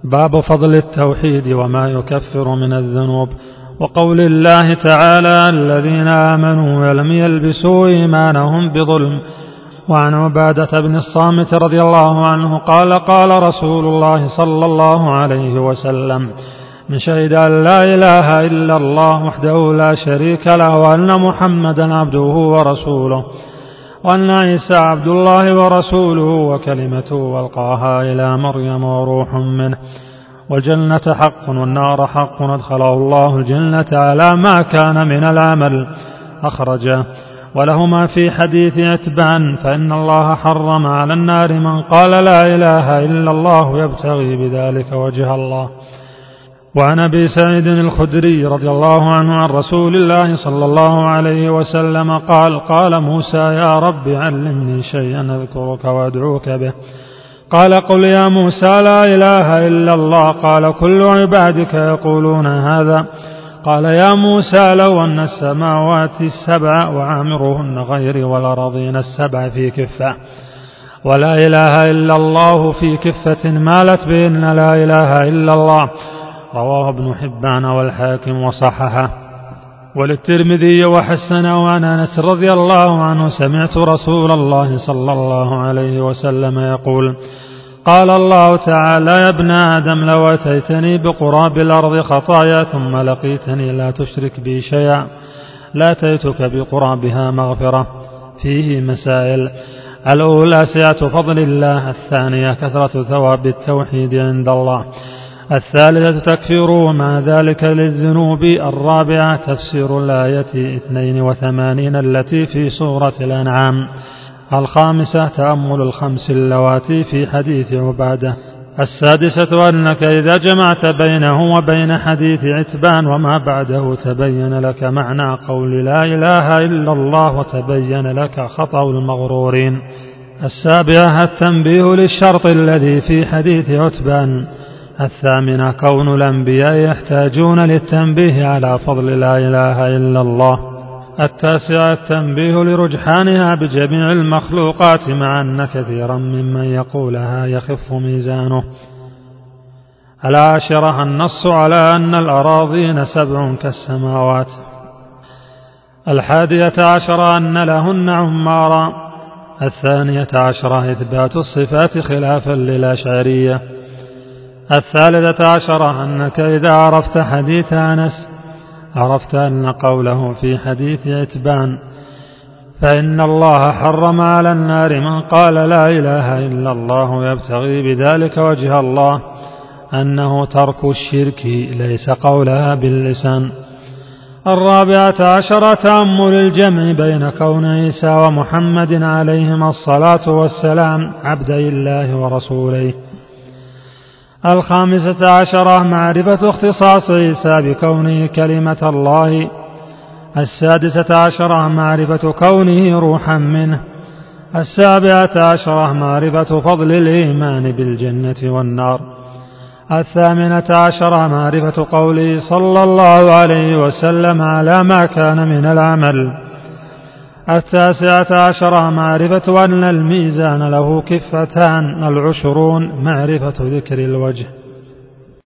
باب فضل التوحيد وما يكفر من الذنوب، وقول الله تعالى: الذين آمنوا ولم يلبسوا إيمانهم بظلم. وعن عبادة بن الصامت رضي الله عنه قال: قال رسول الله صلى الله عليه وسلم: من شهد أن لا إله إلا الله وحده لا شريك له وأن محمدا عبده ورسوله وأن عيسى عبد الله ورسوله وكلمته والقاها إلى مريم وروح منه، والجنة حق والنار حق، أدخله الله الجنة على ما كان من العمل، أخرجه. ولهما في حديث عتبان: فإن الله حرم على النار من قال لا إله إلا الله يبتغي بذلك وجه الله. وعن أبي سعيد الخدري رضي الله عنه عن رسول الله صلى الله عليه وسلم قال: قال موسى: يا رب علمني شيئا أذكرك وأدعوك به. قال: قل يا موسى: لا إله إلا الله. قال: كل عبادك يقولون هذا. قال: يا موسى: لو أن السماوات السبع وعامرهن غيري والأرضين السبع في كفة ولا إله إلا الله في كفة مالت بإن لا إله إلا الله. رواه ابن حبان والحاكم وصححه. وللترمذي وحسنه. عن أنس رضي الله عنه: سمعت رسول الله صلى الله عليه وسلم يقول: قال الله تعالى: يا ابن آدم لو أتيتني بقراب الأرض خطايا ثم لقيتني لا تشرك بي شيئا لأتيتك بقرابها مغفرة. فيه مسائل: الأولى سعة فضل الله، الثانية كثرة ثواب التوحيد عند الله، الثالثة تكفيره مع ذلك للذنوب، الرابعة تفسير الآية 82 التي في سورة الأنعام، الخامسة تأمل الخمس اللواتي في حديث عبادة، السادسة أنك إذا جمعت بينه وبين حديث عتبان وما بعده تبين لك معنى قول لا إله إلا الله وتبين لك خطأ المغرورين. السابعة التنبيه للشرط الذي في حديث عتبان. الثامنة كون الأنبياء يحتاجون للتنبيه على فضل لا إله إلا الله. التاسعة التنبيه لرجحانها بجميع المخلوقات مع أن كثيرا ممن يقولها يخف ميزانه. العاشرة النص على أن الأراضين سبع كالسماوات. 11 أن لهن عمارا. 12 إثبات الصفات خلافا للأشعرية. 13 أنك إذا عرفت حديث أنس عرفت أن قوله في حديث عتبان: فإن الله حرم على النار من قال لا إله إلا الله يبتغي بذلك وجه الله، أنه ترك الشرك ليس قولها باللسان. 14 تأمل الجمع بين كون عيسى ومحمد عليهما الصلاة والسلام عبدي الله ورسوله. 15 معرفة اختصاص عيسى بكونه كلمة الله. 16 معرفة كونه روحا منه. 17 معرفة فضل الإيمان بالجنة والنار. 18 معرفة قوله صلى الله عليه وسلم على ما كان من العمل. 19 معرفة أن الميزان له كفتان. 20 معرفة ذكر الوجه.